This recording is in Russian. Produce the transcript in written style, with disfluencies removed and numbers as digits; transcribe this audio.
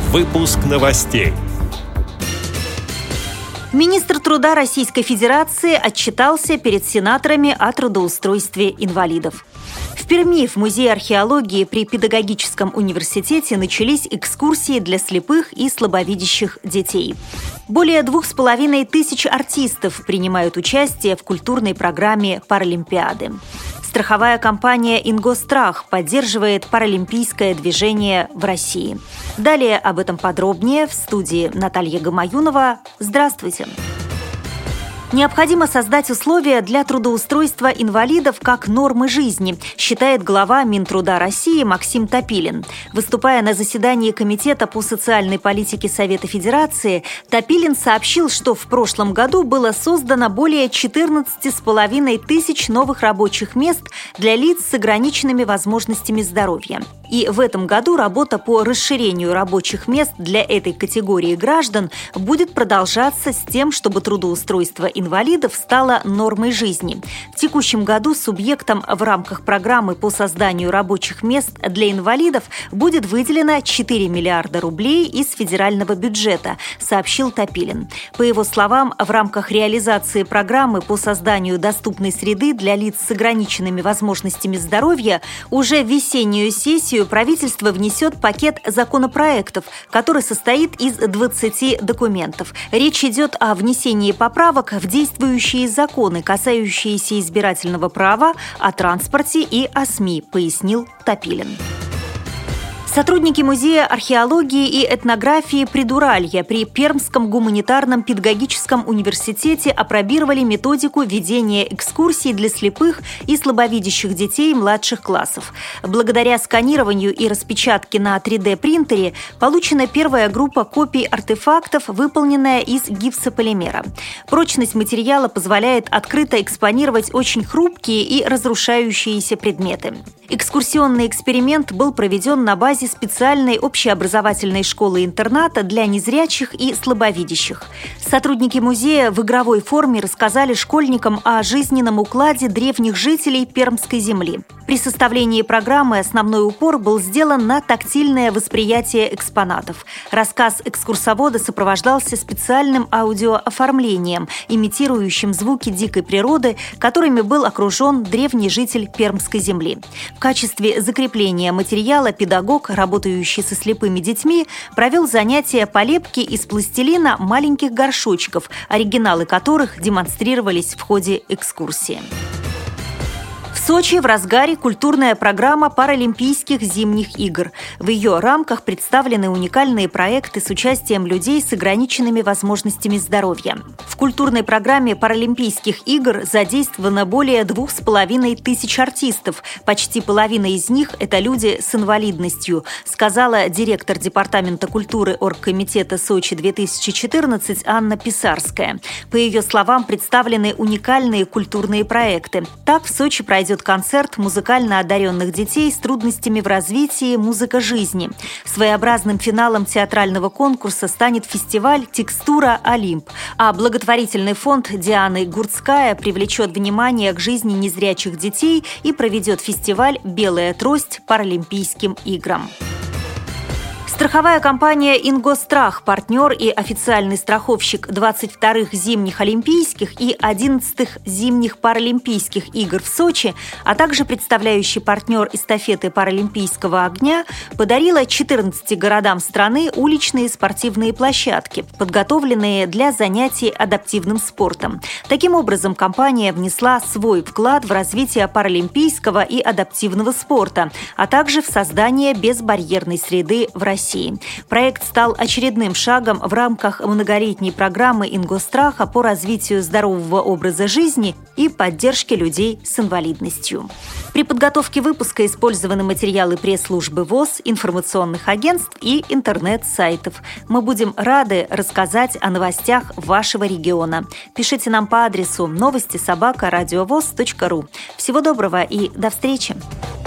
Выпуск новостей. Министр труда Российской Федерации отчитался перед сенаторами о трудоустройстве инвалидов. В Перми в Музее археологии при Педагогическом университете начались экскурсии для слепых и слабовидящих детей. Более 2500 артистов принимают участие в культурной программе Паралимпиады. Страховая компания «Ингосстрах» поддерживает паралимпийское движение в России. Далее об этом подробнее в студии Наталья Гамаюнова. Здравствуйте! Необходимо создать условия для трудоустройства инвалидов как нормы жизни, считает глава Минтруда России Максим Топилин. Выступая на заседании Комитета по социальной политике Совета Федерации, Топилин сообщил, что в прошлом году было создано более 14,5 тысяч новых рабочих мест для лиц с ограниченными возможностями здоровья. И в этом году работа по расширению рабочих мест для этой категории граждан будет продолжаться с тем, чтобы трудоустройство инвалидов стало нормой жизни. В текущем году субъектам в рамках программы по созданию рабочих мест для инвалидов будет выделено 4 миллиарда рублей из федерального бюджета, сообщил Топилин. По его словам, в рамках реализации программы по созданию доступной среды для лиц с ограниченными возможностями здоровья уже в весеннюю сессию правительство внесет пакет законопроектов, который состоит из 20 документов. Речь идет о внесении поправок в действующие законы, касающиеся избирательного права, о транспорте и о СМИ, пояснил Топилин. Сотрудники Музея археологии и этнографии Придуралья при Пермском гуманитарном педагогическом университете апробировали методику ведения экскурсий для слепых и слабовидящих детей младших классов. Благодаря сканированию и распечатке на 3D-принтере получена первая группа копий артефактов, выполненная из гипсополимера. Прочность материала позволяет открыто экспонировать очень хрупкие и разрушающиеся предметы. Экскурсионный эксперимент был проведен на базе специальной общеобразовательной школы-интерната для незрячих и слабовидящих. Сотрудники музея в игровой форме рассказали школьникам о жизненном укладе древних жителей Пермской земли. При составлении программы основной упор был сделан на тактильное восприятие экспонатов. Рассказ экскурсовода сопровождался специальным аудиооформлением, имитирующим звуки дикой природы, которыми был окружен древний житель Пермской земли. В качестве закрепления материала педагог, работающий со слепыми детьми, провел занятия по лепке из пластилина маленьких горшочков, оригиналы которых демонстрировались в ходе экскурсии. В Сочи в разгаре культурная программа Паралимпийских зимних игр. В ее рамках представлены уникальные проекты с участием людей с ограниченными возможностями здоровья. В культурной программе Паралимпийских игр задействовано более 2500 артистов. Почти половина из них – это люди с инвалидностью, сказала директор Департамента культуры Оргкомитета Сочи-2014 Анна Писарская. По ее словам, представлены уникальные культурные проекты. Так, в Сочи пройдет концерт музыкально одаренных детей с трудностями в развитии «Музыка жизни». Своеобразным финалом театрального конкурса станет фестиваль «Текстура Олимп», а благотворительный фонд Дианы Гурцкая привлечет внимание к жизни незрячих детей и проведет фестиваль «Белая трость» Паралимпийским играм. Страховая компания «Ингосстрах» – партнер и официальный страховщик 22-х зимних Олимпийских и 11-х зимних Паралимпийских игр в Сочи, а также представляющий партнер эстафеты Паралимпийского огня, подарила 14 городам страны уличные спортивные площадки, подготовленные для занятий адаптивным спортом. Таким образом, компания внесла свой вклад в развитие паралимпийского и адаптивного спорта, а также в создание безбарьерной среды в России. Проект стал очередным шагом в рамках многолетней программы «Ингосстрах» по развитию здорового образа жизни и поддержке людей с инвалидностью. При подготовке выпуска использованы материалы пресс-службы ВОС, информационных агентств и интернет-сайтов. Мы будем рады рассказать о новостях вашего региона. Пишите нам по адресу новости@радиовос.ру. Всего доброго и до встречи!